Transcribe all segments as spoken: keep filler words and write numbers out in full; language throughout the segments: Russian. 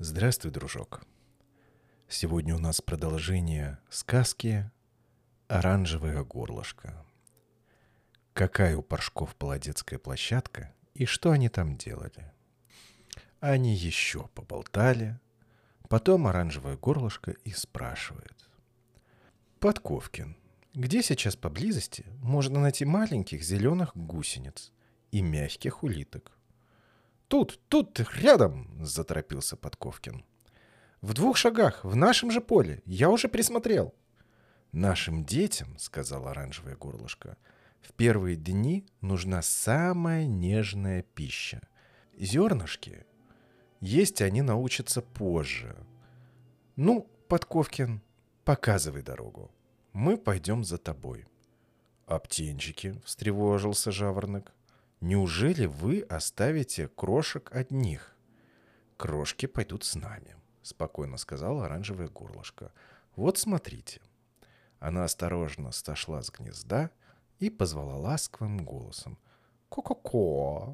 Здравствуй, дружок. Сегодня у нас продолжение сказки «Оранжевое горлышко». Какая у Паршков была детская площадка и что они там делали? Они еще поболтали. Потом оранжевое горлышко и спрашивает. Подковкин, где сейчас поблизости можно найти маленьких зеленых гусениц и мягких улиток? Тут, тут, рядом, заторопился Подковкин. В двух шагах, в нашем же поле. Я уже присмотрел. Нашим детям, сказал оранжевое горлышко, в первые дни нужна самая нежная пища. Зернышки есть они научатся позже. Ну, Подковкин, показывай дорогу. Мы пойдем за тобой. А птенчики, встревожился жаворонок, неужели вы оставите крошек одних? Крошки пойдут с нами. — спокойно сказала оранжевое горлышко. «Вот смотрите». Она осторожно сошла с гнезда и позвала ласковым голосом. «Ко-ко-ко!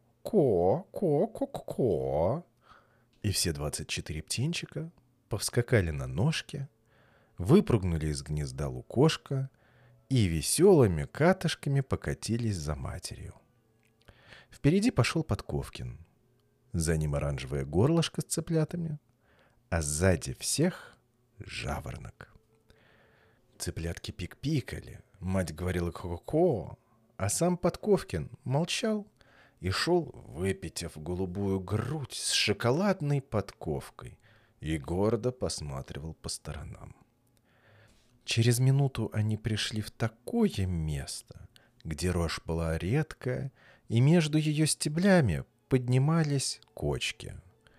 Ко-ко-ко-ко-ко!» И все двадцать четыре птенчика повскакали на ножки, выпрыгнули из гнезда лукошка и веселыми катышками покатились за матерью. Впереди пошел Подковкин. За ним оранжевое горлышко с цыплятами, а сзади всех жаворонок. Цыплятки пик-пикали, мать говорила ко-ко-ко, а сам Подковкин молчал и шел, выпитив голубую грудь с шоколадной подковкой, и гордо посматривал по сторонам. Через минуту они пришли в такое место, где рожь была редкая, и между ее стеблями поднимались кочки.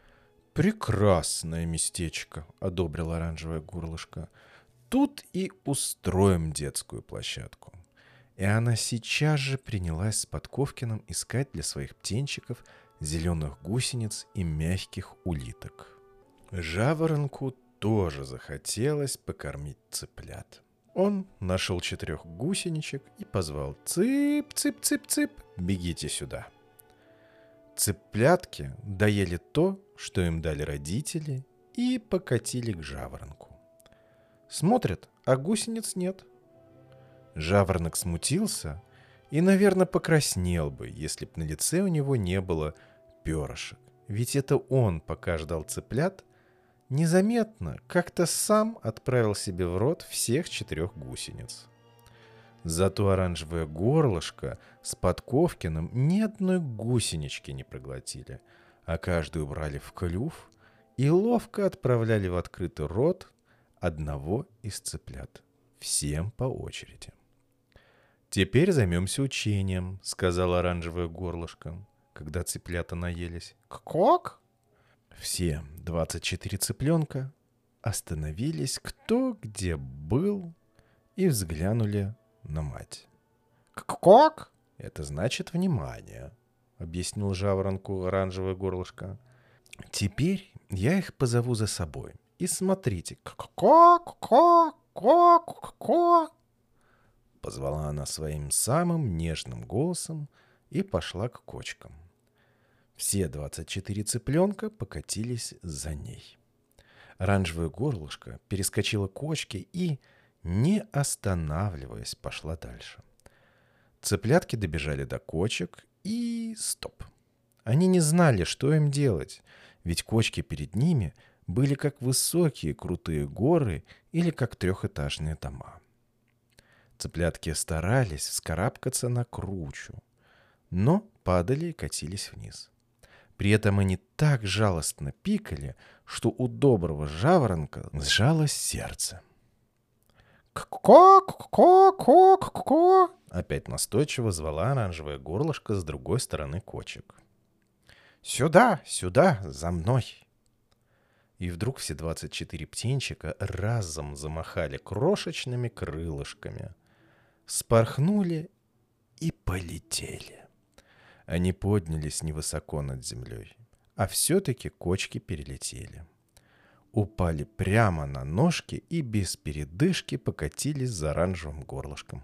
«Прекрасное местечко», — одобрил оранжевое горлышко. «Тут и устроим детскую площадку». И она сейчас же принялась с Подковкиным искать для своих птенчиков зеленых гусениц и мягких улиток. Жаворонку тоже захотелось покормить цыплят. Он нашел четырех гусеничек и позвал: «Цып-цып-цып-цып, бегите сюда». Цыплятки доели то, что им дали родители, и покатили к жаворонку. Смотрят, а гусениц нет. Жаворонок смутился и, наверное, покраснел бы, если б на лице у него не было перышек. Ведь это он, пока ждал цыплят, незаметно как-то сам отправил себе в рот всех четырех гусениц. Зато оранжевое горлышко с Подковкиным ни одной гусенички не проглотили, а каждую брали в клюв и ловко отправляли в открытый рот одного из цыплят, всем по очереди. «Теперь займемся учением», — сказала оранжевое горлышко, когда цыплята наелись. «Как?» Все двадцать четыре цыпленка остановились кто где был и взглянули на мать. «Как?» «Это значит внимание», — объяснил жаворонку оранжевое горлышко. «Теперь я их позову за собой. И смотрите, ко-ко-ко-ко-ко-ко!» Позвала она своим самым нежным голосом и пошла к кочкам. Все двадцать четыре цыпленка покатились за ней. Оранжевое горлышко перескочило кочки и, не останавливаясь, пошла дальше. Цыплятки добежали до кочек и стоп. Они не знали, что им делать, ведь кочки перед ними были как высокие крутые горы или как трехэтажные дома. Цыплятки старались вскарабкаться на кручу, но падали и катились вниз. При этом они так жалостно пикали, что у доброго жаворонка сжалось сердце. «Ко-ко-ко-ко-ко-ко!» Опять настойчиво звала оранжевое горлышко с другой стороны кочек. «Сюда, сюда, за мной!» И вдруг все двадцать четыре птенчика разом замахали крошечными крылышками, вспорхнули и полетели. Они поднялись невысоко над землей, а все-таки кочки перелетели. Упали прямо на ножки и без передышки покатились за оранжевым горлышком.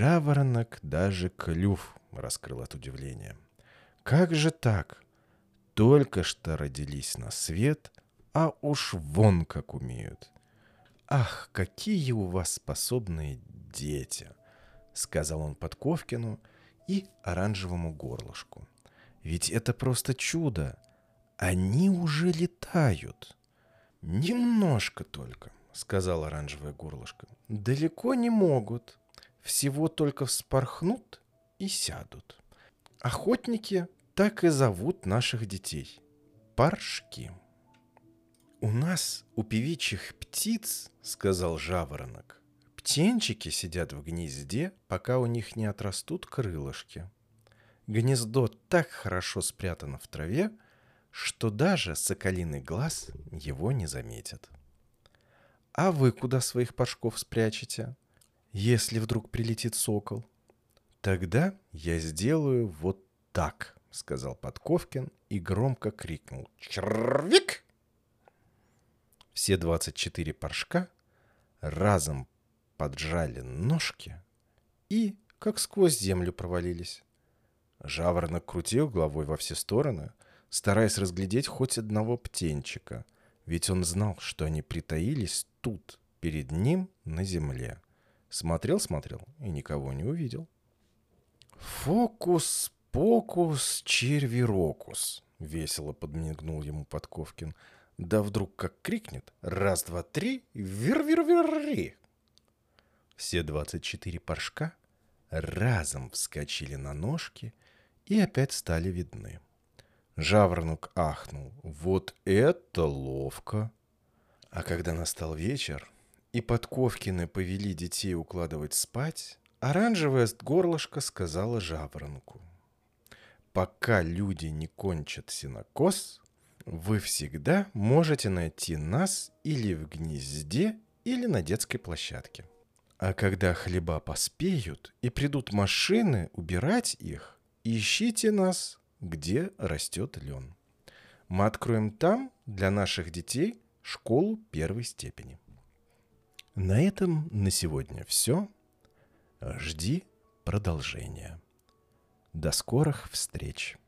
Жаворонок даже клюв раскрыл от удивления. Как же так? только что родились на свет, а уж вон как умеют. «Ах, какие у вас способные дети!» — сказал он Подковкину и оранжевому горлышку. «Ведь это просто чудо! Они уже летают!» «Немножко только», — сказал оранжевое горлышко. «Далеко не могут. Всего только вспорхнут и сядут. Охотники так и зовут наших детей — паршки». «У нас, у певичих птиц, — сказал жаворонок, — птенчики сидят в гнезде, пока у них не отрастут крылышки. Гнездо так хорошо спрятано в траве, что даже соколиный глаз его не заметит. А вы куда своих паршков спрячете, если вдруг прилетит сокол? Тогда я сделаю вот так, — сказал Подковкин и громко крикнул: «Червик!» Все двадцать четыре паршка разом поджали ножки и как сквозь землю провалились. Жаворонок крутил головой во все стороны, стараясь разглядеть хоть одного птенчика, ведь он знал, что они притаились тут, перед ним, на земле. Смотрел-смотрел и никого не увидел. «Фокус-покус, червирокус!» — весело подмигнул ему Подковкин. Да вдруг как крикнет: «Раз, два, три, вир-вир-вир-ри!» Все двадцать четыре паршка разом вскочили на ножки и опять стали видны. Жаворонок ахнул: «Вот это ловко!» А когда настал вечер, и Подковкины повели детей укладывать спать, оранжевое горлышко сказала жаворонку: «Пока люди не кончат сенокос, вы всегда можете найти нас или в гнезде, или на детской площадке. А когда хлеба поспеют и придут машины убирать их, ищите нас, где растет лен. Мы откроем там для наших детей школу первой степени». На этом на сегодня все. Жди продолжения. До скорых встреч!